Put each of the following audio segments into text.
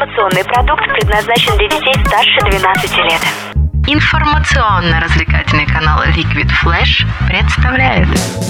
Информационный продукт предназначен для детей старше 12 лет. Информационно-развлекательный канал Liquid Flash представляет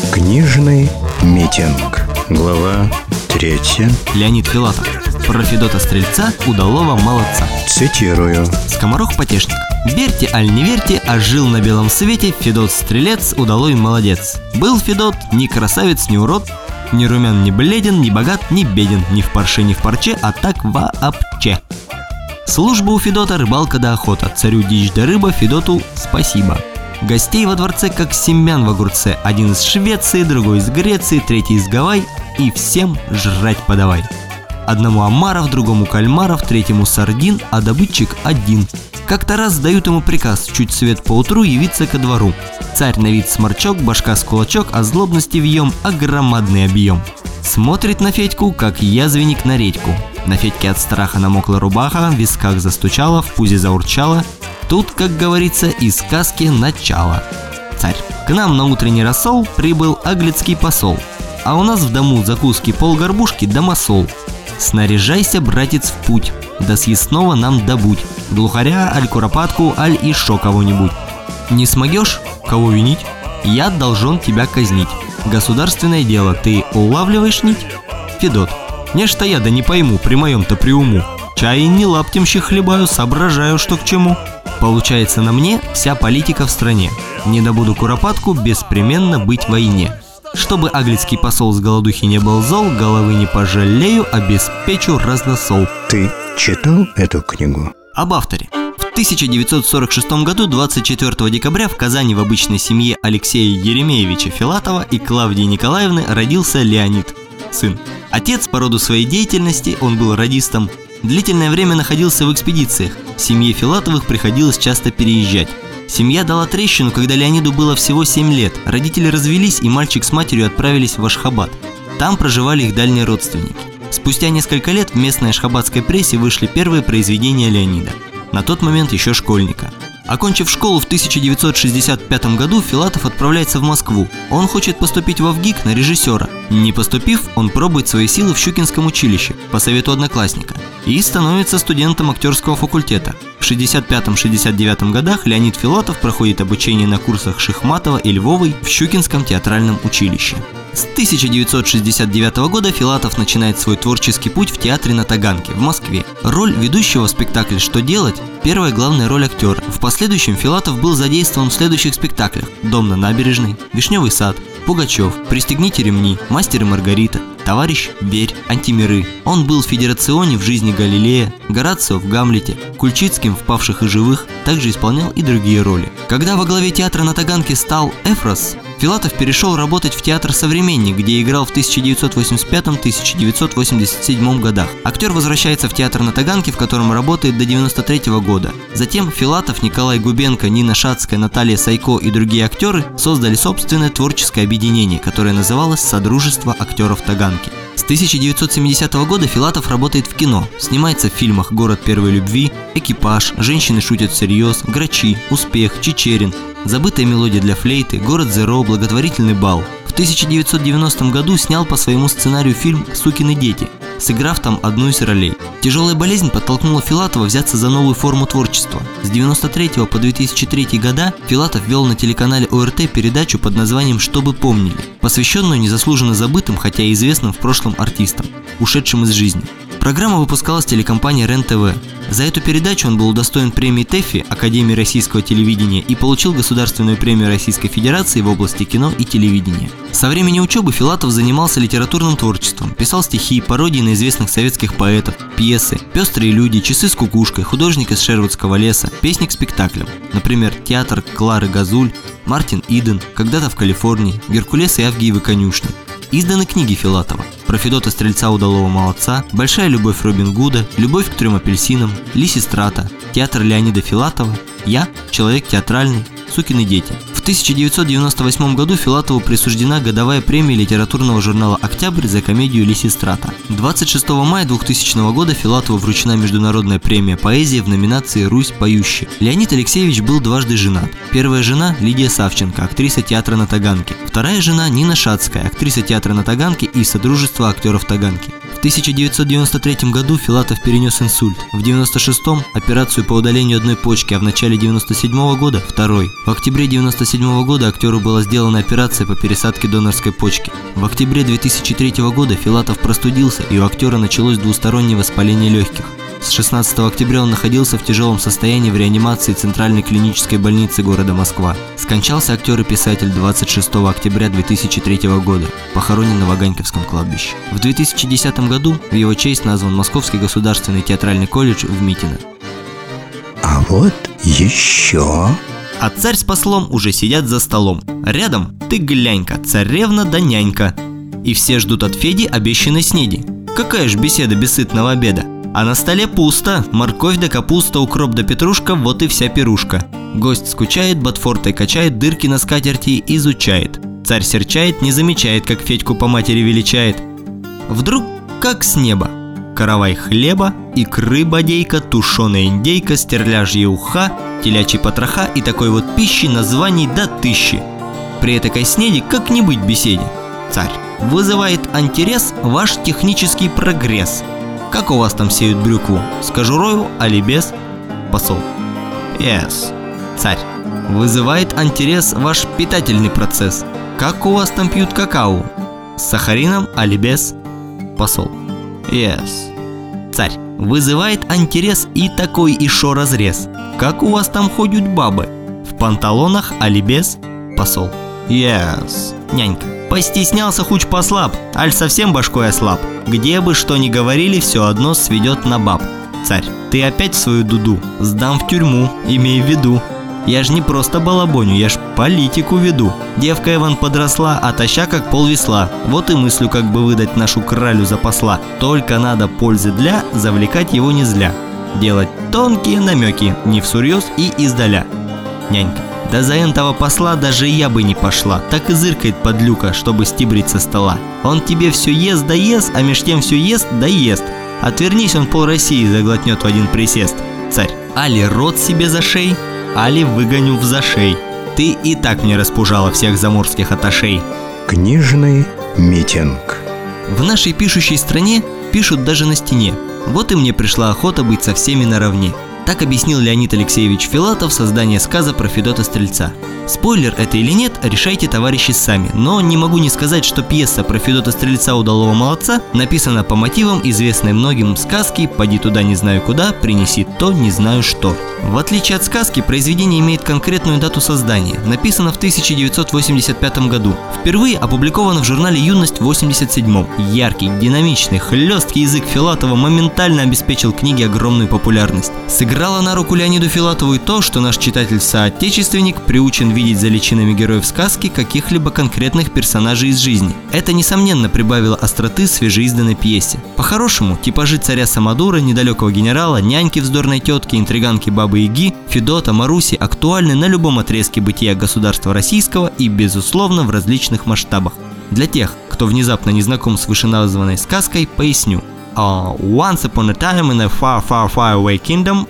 Книжный митинг. Глава 3. Леонид Филатов. Про Федота Стрельца, удалого молодца. Цитирую. Скоморох-потешник. Верьте, аль не верьте, а жил на белом свете Федот Стрелец, удалой молодец. Был Федот ни красавец, ни урод, ни румян, ни бледен, ни богат, ни беден, ни в парше, ни в парче, а так вообще. Служба у Федота, рыбалка да охота, царю дичь да рыба, Федоту спасибо. Гостей во дворце, как семян в огурце, один из Швеции, другой из Греции, третий из Гавайи, и всем жрать подавай. Одному омаров, другому кальмаров, третьему сардин, а добытчик один. Как-то раз дают ему приказ чуть свет поутру явиться ко двору. Царь на вид сморчок, башка с кулачок, а злобности вьем, а громадный объем. Смотрит на Федьку, как язвенник на редьку. На Федьке от страха намокла рубаха, в висках застучала, в пузе заурчала. Тут, как говорится, из сказки начало. Царь: к нам на утренний рассол прибыл аглицкий посол. А у нас в дому закуски полгорбушки да масол. Снаряжайся, братец, в путь, да съестного нам добудь. Глухаря, аль куропатку, аль еще кого-нибудь. Не смогешь? Кого винить? Я должен тебя казнить. Государственное дело, ты улавливаешь нить? Федот: нечто я да не пойму, при моем-то приуму. Чай не лаптем хлебаю, соображаю, что к чему. Получается, на мне вся политика в стране. Не добуду куропатку, беспременно быть в войне. Чтобы аглицкий посол с голодухи не был зол, головы не пожалею, обеспечу разносол. Ты читал эту книгу? Об авторе. В 1946 году, 24 декабря, в Казани в обычной семье Алексея Еремеевича Филатова и Клавдии Николаевны родился Леонид, сын. Отец по роду своей деятельности, он был радистом, длительное время находился в экспедициях. Семье Филатовых приходилось часто переезжать. Семья дала трещину, когда Леониду было всего 7 лет. Родители развелись, и мальчик с матерью отправились в Ашхабад. Там проживали их дальние родственники. Спустя несколько лет в местной ашхабадской прессе вышли первые произведения Леонида, на тот момент еще школьника. Окончив школу в 1965 году, Филатов отправляется в Москву. Он хочет поступить во ВГИК на режиссера. Не поступив, он пробует свои силы в Щукинском училище по совету одноклассника и становится студентом актерского факультета. В 1965-1969 годах Леонид Филатов проходит обучение на курсах Шихматова и Львовой в Щукинском театральном училище. С 1969 года Филатов начинает свой творческий путь в театре на Таганке, в Москве. Роль ведущего в спектакле «Что делать?» – первая главная роль актера. В последующем Филатов был задействован в следующих спектаклях: «Дом на набережной», «Вишневый сад», «Пугачев», «Пристегните ремни», «Мастер и Маргарита», «Товарищ, верь», «Антимиры». Он был в Федерационе в жизни Галилея, Горацио в Гамлете, Кульчицким в «Павших и живых», также исполнял и другие роли. Когда во главе театра на Таганке стал Эфрос, Филатов перешел работать в театр «Современник», где играл в 1985-1987 годах. Актер возвращается в театр на Таганке, в котором работает до 1993 года. Затем Филатов, Николай Губенко, Нина Шацкая, Наталья Сайко и другие актеры создали собственное творческое объединение, которое называлось «Содружество актеров Таганки». С 1970 года Филатов работает в кино, снимается в фильмах «Город первой любви», «Экипаж», «Женщины шутят всерьез», «Грачи», «Успех», «Чичерин», «Забытая мелодия для флейты», «Город Зеро», «Благотворительный бал». В 1990 году снял по своему сценарию фильм «Сукины дети», сыграв там одну из ролей. Тяжелая болезнь подтолкнула Филатова взяться за новую форму творчества. С 1993 по 2003 года Филатов вел на телеканале ОРТ передачу под названием «Чтобы помнили», посвященную незаслуженно забытым, хотя и известным в прошлом артистам, ушедшим из жизни. Программа выпускалась телекомпанией РЕН-ТВ. За эту передачу он был удостоен премии ТЭФИ Академии российского телевидения и получил Государственную премию Российской Федерации в области кино и телевидения. Со времени учебы Филатов занимался литературным творчеством, писал стихи, пародии на известных советских поэтов, пьесы «Пестрые люди», «Часы с кукушкой», «Художник из Шервудского леса», песни к спектаклям, например, «Театр Клары Газуль», «Мартин Иден», «Когда-то в Калифорнии», «Геркулес и Авгиевы конюшни». Изданы книги Филатова: про Федота Стрельца, удалого молодца, «Большая любовь Робин Гуда», «Любовь к 3 апельсинам», «Лисистрата», «Театр Леонида Филатова», «Я, человек театральный», «Сукины дети». В 1998 году Филатову присуждена годовая премия литературного журнала «Октябрь» за комедию «Лисистрата». 26 мая 2000 года Филатову вручена международная премия поэзии в номинации «Русь поющая». Леонид Алексеевич был дважды женат. Первая жена – Лидия Савченко, актриса театра на Таганке. Вторая жена – Нина Шацкая, актриса театра на Таганке и Содружества актеров Таганки. В 1993 году Филатов перенес инсульт, в 1996 операцию по удалению одной почки, а в начале 1997 года – второй. В октябре 1997 года актеру была сделана операция по пересадке донорской почки. В октябре 2003 года Филатов простудился, и у актера началось двустороннее воспаление легких. С 16 октября он находился в тяжелом состоянии в реанимации Центральной клинической больницы города Москва. Скончался актер и писатель 26 октября 2003 года, похоронен на Ваганьковском кладбище. В 2010 году в его честь назван Московский государственный театральный колледж в Митино. А вот еще... А царь с послом уже сидят за столом. Рядом, ты глянь-ка, царевна да нянька. И все ждут от Феди обещанной снеди. Какая ж беседа без сытного обеда. А на столе пусто, морковь да капуста, укроп да петрушка, вот и вся пирушка. Гость скучает, ботфортой качает, дырки на скатерти изучает. Царь серчает, не замечает, как Федьку по матери величает. Вдруг, как с неба, каравай хлеба, икры бодейка, тушеная индейка, стерляжья уха, телячьи потроха и такой вот пищи названий до 1000. При этой снеди как не быть беседе. Царь: вызывает интерес ваш технический прогресс. Как у вас там сеют брюкву? С кожурою, али без? Посол: yes. Царь: вызывает интерес ваш питательный процесс. Как у вас там пьют какао? С сахарином, али без? Посол: yes. Царь: вызывает интерес и такой ишо разрез. Как у вас там ходят бабы? В панталонах, али без? Посол: yes. Нянька: постеснялся хуч послаб, аль совсем башкой ослаб. Где бы что ни говорили, все одно сведет на баб. Царь: ты опять в свою дуду, сдам в тюрьму, имей в виду. Я ж не просто балабоню, я ж политику веду. Девка Иван подросла, а таща как полвесла. Вот и мыслю, как бы выдать нашу кралю за посла. Только надо пользы для, завлекать его не зля. Делать тонкие намеки, не всерьез и издаля. Нянька: да за энтого посла даже я бы не пошла. Так и зыркает подлюка, чтобы стибрить со стола. Он тебе все ест да ест, а меж тем все ест да ест. Отвернись, он пол России заглотнет в один присест. Царь: али рот себе зашей, али выгоню в зашей. Ты и так мне распужала всех заморских аташей. Книжный митинг. В нашей пишущей стране пишут даже на стене. Вот и мне пришла охота быть со всеми наравне. Так объяснил Леонид Алексеевич Филатов создание сказа про Федота Стрельца. Спойлер это или нет, решайте, товарищи, сами. Но не могу не сказать, что пьеса про Федота Стрельца удалого молодца написана по мотивам известной многим сказки «Поди туда не знаю куда, принеси то не знаю что». В отличие от сказки, произведение имеет конкретную дату создания. Написано в 1985 году. Впервые опубликовано в журнале «Юность» в 1987. Яркий, динамичный, хлесткий язык Филатова моментально обеспечил книге огромную популярность. Сыграло на руку Леониду Филатову и то, что наш читатель-соотечественник приучен видеть за личинами героев сказки каких-либо конкретных персонажей из жизни. Это, несомненно, прибавило остроты свежеизданной пьесе. По-хорошему, типажи царя Самодура, недалекого генерала, няньки вздорной тетки, интриганки Бабы-Яги, Федота, Маруси актуальны на любом отрезке бытия государства российского и, безусловно, в различных масштабах. Для тех, кто внезапно не знаком с вышеназванной сказкой, поясню. Once upon a time in a far, far, far away kingdom.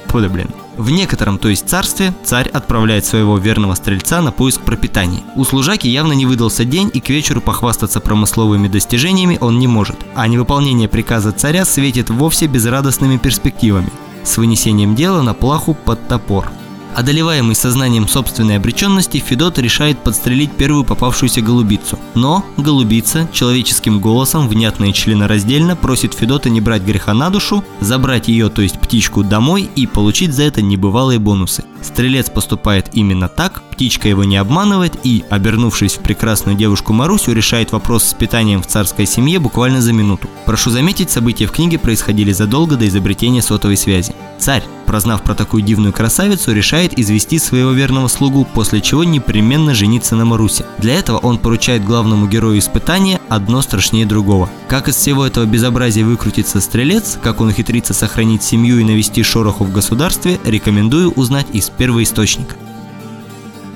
В некотором, то есть царстве, царь отправляет своего верного стрельца на поиск пропитания. У служаки явно не выдался день, и к вечеру похвастаться промысловыми достижениями он не может. А невыполнение приказа царя светит вовсе безрадостными перспективами, с вынесением дела на плаху под топор. Одолеваемый сознанием собственной обреченности, Федот решает подстрелить первую попавшуюся голубицу. Но голубица человеческим голосом внятно и членораздельно просит Федота не брать греха на душу, забрать ее, то есть птичку, домой и получить за это небывалые бонусы. Стрелец поступает именно так, птичка его не обманывает и, обернувшись в прекрасную девушку Марусю, решает вопрос с питанием в царской семье буквально за минуту. Прошу заметить, события в книге происходили задолго до изобретения сотовой связи. Царь, прознав про такую дивную красавицу, решает извести своего верного слугу, после чего непременно жениться на Марусе. Для этого он поручает главному герою испытания одно страшнее другого. Как из всего этого безобразия выкрутится стрелец, как он ухитрится сохранить семью и навести шороху в государстве, рекомендую узнать из первоисточника.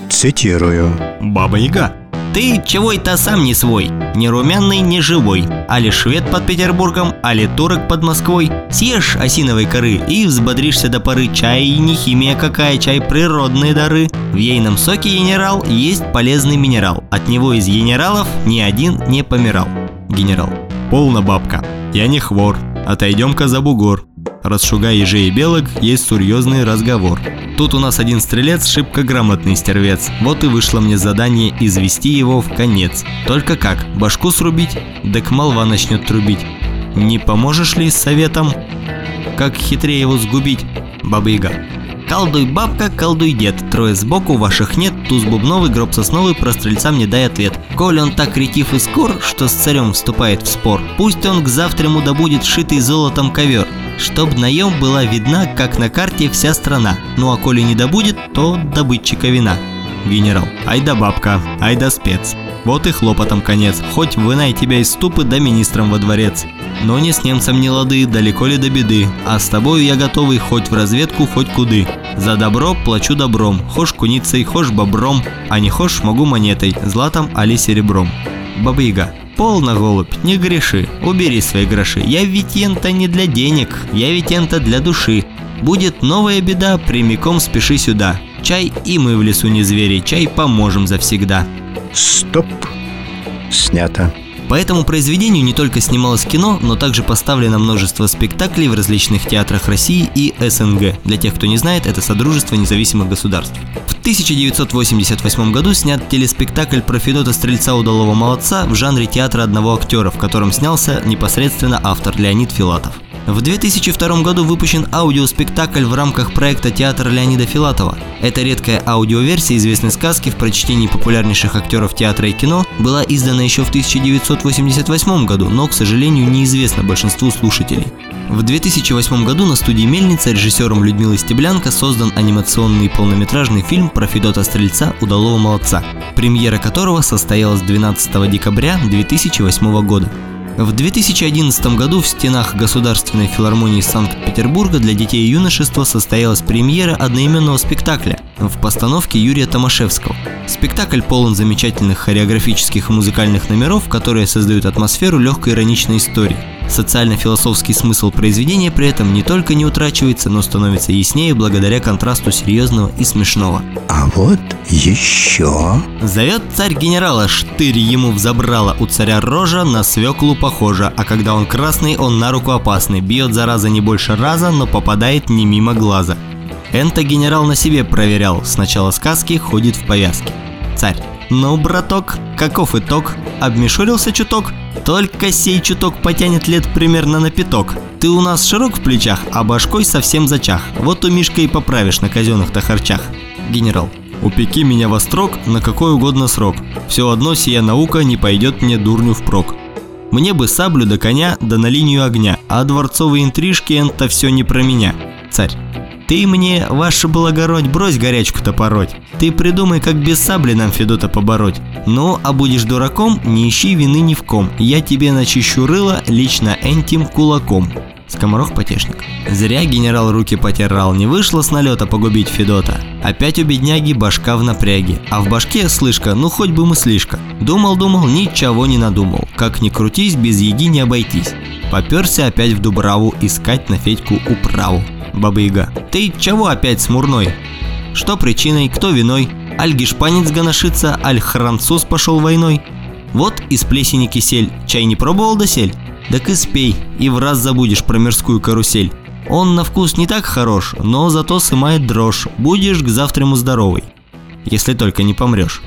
Цитирую. Баба-Яга. Ты чего это сам не свой? Ни румяный, ни живой. Али швед под Петербургом, али турок под Москвой. Съешь осиновой коры и взбодришься до поры. Чай не химия какая, чай природные дары. В ейном соке генерал есть полезный минерал. От него из генералов ни один не помирал. Генерал. Полно, бабка, я не хвор. Отойдем-ка за бугор. Расшугай ежей и белок, есть серьезный разговор. Тут у нас один стрелец, шибко грамотный стервец. Вот и вышло мне задание извести его в конец. Только как? Башку срубить? Так молва начнет трубить. Не поможешь ли советом? Как хитрее его сгубить? Баба-Яга. Колдуй, бабка, колдуй, дед. Трое сбоку, ваших нет. Туз бубновый, гроб сосновый, про стрельца мне дай ответ. Коль он так ретив и скор, что с царем вступает в спор, пусть он к завтраму добудет шитый золотом ковер, чтоб на нем была видна, как на карте, вся страна. Ну а коли не добудет, то добытчика вина. Генерал. Ай да бабка, ай да спец. Вот и хлопотом конец. Хоть вынай тебя из ступы, да министром во дворец. Но не с немцем не лады, далеко ли до беды. А с тобою я готовый хоть в разведку, хоть куды. За добро плачу добром, хошь куницей, хошь бобром, а не хошь могу монетой, златом али серебром. Баба-Яга. Полно, голубь, не греши, убери свои гроши. Я ведь ента не для денег, я ведь ента для души. Будет новая беда, прямиком спеши сюда. Чай и мы в лесу не звери, чай поможем завсегда. Стоп. Снято. По этому произведению не только снималось кино, но также поставлено множество спектаклей в различных театрах России и СНГ. Для тех, кто не знает, это Содружество независимых государств. В 1988 году снят телеспектакль про Федота Стрельца Удалого Молодца в жанре театра одного актера, в котором снялся непосредственно автор Леонид Филатов. В 2002 году выпущен аудиоспектакль в рамках проекта «Театр Леонида Филатова». Эта редкая аудиоверсия известной сказки в прочтении популярнейших актеров театра и кино была издана еще в 1988 году, но, к сожалению, неизвестна большинству слушателей. В 2008 году на студии «Мельница» режиссером Людмилой Стеблянко создан анимационный полнометражный фильм про Федота Стрельца Удалого Молодца, премьера которого состоялась 12 декабря 2008 года. В 2011 году в стенах Государственной филармонии Санкт-Петербурга для детей и юношества состоялась премьера одноименного спектакля в постановке Юрия Томашевского. Спектакль полон замечательных хореографических и музыкальных номеров, которые создают атмосферу легкой ироничной истории. Социально-философский смысл произведения при этом не только не утрачивается, но становится яснее благодаря контрасту серьезного и смешного. А вот еще. Зовет царь генерала, штырь ему взобрала, у царя рожа на свеклу похожа, а когда он красный, он на руку опасный, бьет зараза не больше раза, но попадает не мимо глаза. Энто генерал на себе проверял, с начала сказки ходит в повязке. Царь. Ну, браток, каков итог? Обмешурился чуток? Только сей чуток потянет лет примерно на пяток. Ты у нас широк в плечах, а башкой совсем зачах. Вот у Мишка и поправишь на казенных-то харчах. Генерал. Упеки меня во строк на какой угодно срок. Все одно сия наука не пойдет мне дурню впрок. Мне бы саблю до коня, да на линию огня, а дворцовые интрижки это все не про меня. Царь. Ты мне, ваше благородь, брось горячку-то пороть. Ты придумай, как без сабли нам Федота побороть. Ну, а будешь дураком, не ищи вины ни в ком. Я тебе начищу рыло лично этим кулаком. Скоморох-потешник. Зря генерал руки потирал, не вышло с налета погубить Федота. Опять у бедняги башка в напряге. А в башке, слышка, ну хоть бы мыслишка. Думал, ничего не надумал. Как ни крутись, без еги не обойтись. Поперся опять в Дубраву искать на Федьку управу. Баба-Яга. Ты чего опять смурной? Что причиной, кто виной? Аль гешпанец гоношится, аль француз пошел войной? Вот из плесени кисель, чай не пробовал досель? Так и спей, и в раз забудешь про мирскую карусель. Он на вкус не так хорош, но зато сымает дрожь. Будешь к завтраму здоровый, если только не помрешь.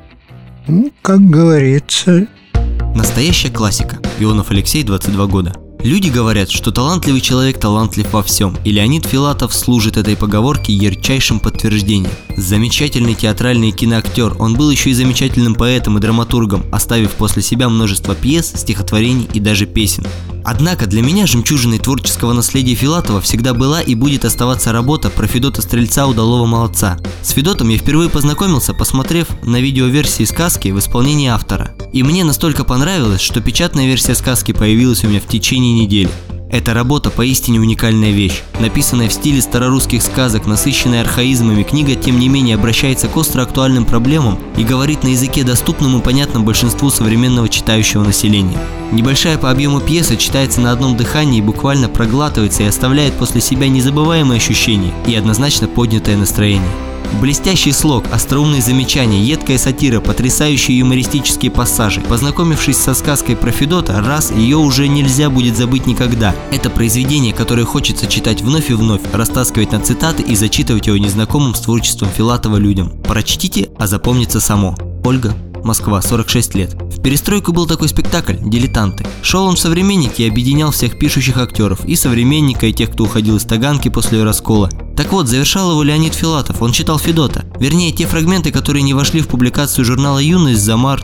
Ну, как говорится. Настоящая классика. Ионов Алексей, 22 года. Люди говорят, что талантливый человек талантлив во всем, и Леонид Филатов служит этой поговорке ярчайшим подтверждением. Замечательный театральный киноактер, он был еще и замечательным поэтом и драматургом, оставив после себя множество пьес, стихотворений и даже песен. Однако для меня жемчужиной творческого наследия Филатова всегда была и будет оставаться работа про Федота Стрельца Удалого Молодца. С Федотом я впервые познакомился, посмотрев на видеоверсии сказки в исполнении автора. И мне настолько понравилось, что печатная версия сказки появилась у меня в течение недели. Эта работа поистине уникальная вещь. Написанная в стиле старорусских сказок, насыщенная архаизмами, книга, тем не менее, обращается к остро актуальным проблемам и говорит на языке, доступном и понятном большинству современного читающего населения. Небольшая по объему пьеса читается на одном дыхании и буквально проглатывается и оставляет после себя незабываемые ощущения и однозначно поднятое настроение. Блестящий слог, остроумные замечания, едкая сатира, потрясающие юмористические пассажи. Познакомившись со сказкой про Федота, раз, ее уже нельзя будет забыть никогда. Это произведение, которое хочется читать вновь и вновь, растаскивать на цитаты и зачитывать его незнакомым с творчеством Филатова людям. Прочтите, а запомнится само. Ольга, Москва, 46 лет. В перестройку был такой спектакль «Дилетанты». Шел он в «Современнике» и объединял всех пишущих актеров, и «Современника», и тех, кто уходил из Таганки после ее раскола. Так вот, завершал его Леонид Филатов, он читал Федота. Вернее, те фрагменты, которые не вошли в публикацию журнала «Юность» за март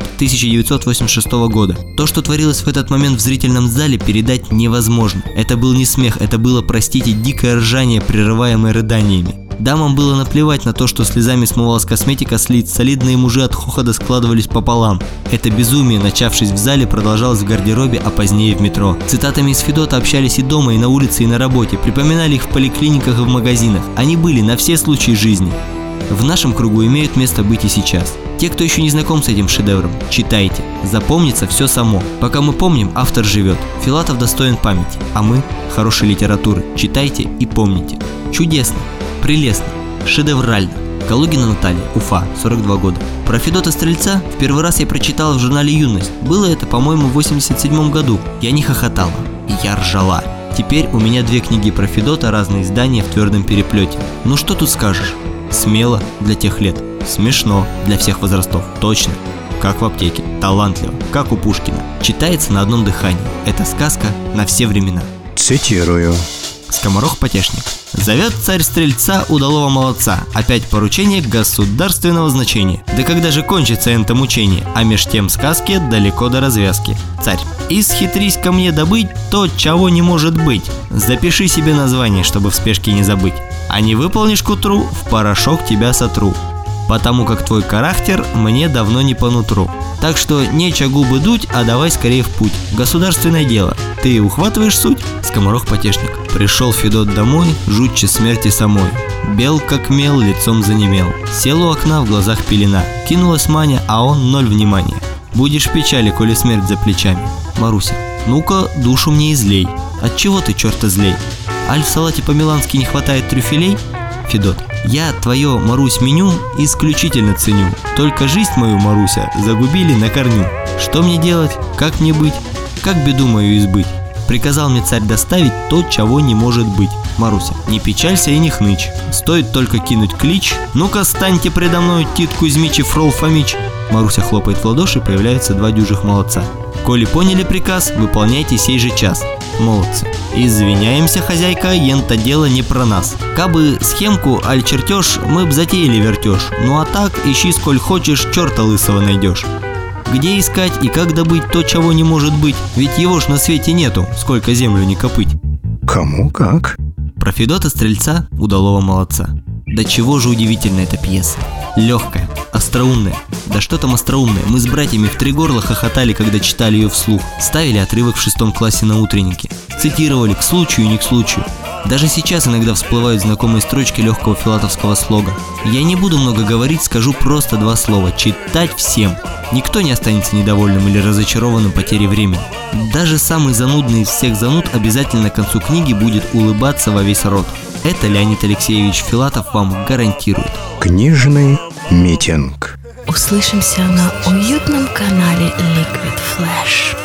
1986 года. То, что творилось в этот момент в зрительном зале, передать невозможно. Это был не смех, это было, простите, дикое ржание, прерываемое рыданиями. Дамам было наплевать на то, что слезами смывалась косметика с лиц, солидные мужи от хохота складывались пополам. Это безумие, начавшись в зале, продолжалось в гардеробе, а позднее в метро. Цитатами из Федота общались и дома, и на улице, и на работе, припоминали их в поликлиниках и в магазинах. Они были на все случаи жизни. В нашем кругу имеют место быть и сейчас. Те, кто еще не знаком с этим шедевром, читайте. Запомнится все само. Пока мы помним, автор живет. Филатов достоин памяти, а мы – хорошей литературы. Читайте и помните. Чудесно. Прелестно, шедеврально. Калугина Наталья, Уфа, 42 года. Про Федота Стрельца в первый раз я прочитала в журнале «Юность». Было это, по-моему, в 87 году. Я не хохотала, я ржала. Теперь у меня 2 книги про Федота, разные издания в твердом переплете. Ну что тут скажешь? Смело для тех лет. Смешно для всех возрастов. Точно. Как в аптеке. Талантливо. Как у Пушкина. Читается на одном дыхании. Это сказка на все времена. Цитирую. Скоморох-потешник. Зовет царь стрельца удалого молодца. Опять поручение государственного значения. Да когда же кончится это мучение? А меж тем сказке далеко до развязки. Царь. Исхитрись ко мне добыть то, чего не может быть. Запиши себе название, чтобы в спешке не забыть. А не выполнишь к утру, в порошок тебя сотру. Потому как твой характер мне давно не по нутру. Так что нечего губы дуть, а давай скорее в путь. Государственное дело. Ты ухватываешь суть? Скоморох-потешник. Пришел Федот домой, жутче смерти самой. Бел как мел, лицом занемел. Сел у окна, в глазах пелена. Кинулась Маня, а он 0 внимания. Будешь в печали, коли смерть за плечами. Маруся. Ну-ка, душу мне излей. Отчего ты, черта злей? Аль в салате по-милански не хватает трюфелей? Федот. Я твое, Марусь, меню исключительно ценю. Только жизнь мою, Маруся, загубили на корню. Что мне делать? Как мне быть? Как беду мою избыть? Приказал мне царь доставить то, чего не может быть. Маруся. Не печалься и не хнычь. Стоит только кинуть клич. Ну-ка, станьте предо мной, Тит Кузьмич и Фрол Фомич. Маруся хлопает в ладоши, появляются 2 дюжих молодца. Коли поняли приказ, выполняйте сей же час. Молодцы. Извиняемся, хозяйка, ента дело не про нас. Кабы схемку, аль чертеж, мы б затеяли вертеж. Ну а так, ищи сколь хочешь, черта лысого найдешь. Где искать и как добыть то, чего не может быть? Ведь его ж на свете нету, сколько землю не копыть. Кому как? Про Федота Стрельца, удалого молодца. Да чего же удивительна эта пьеса. Легкая, остроумная. Да что там остроумная, мы с братьями в 3 горла хохотали, когда читали ее вслух. Ставили отрывок в 6 классе на утреннике. Цитировали к случаю и не к случаю. Даже сейчас иногда всплывают знакомые строчки легкого филатовского слога. Я не буду много говорить, скажу просто 2 слова. Читать всем. Никто не останется недовольным или разочарованным потерей времени. Даже самый занудный из всех зануд обязательно к концу книги будет улыбаться во весь рот. Это Леонид Алексеевич Филатов вам гарантирует. Книжный митинг. Услышимся на уютном канале Liquid Flash.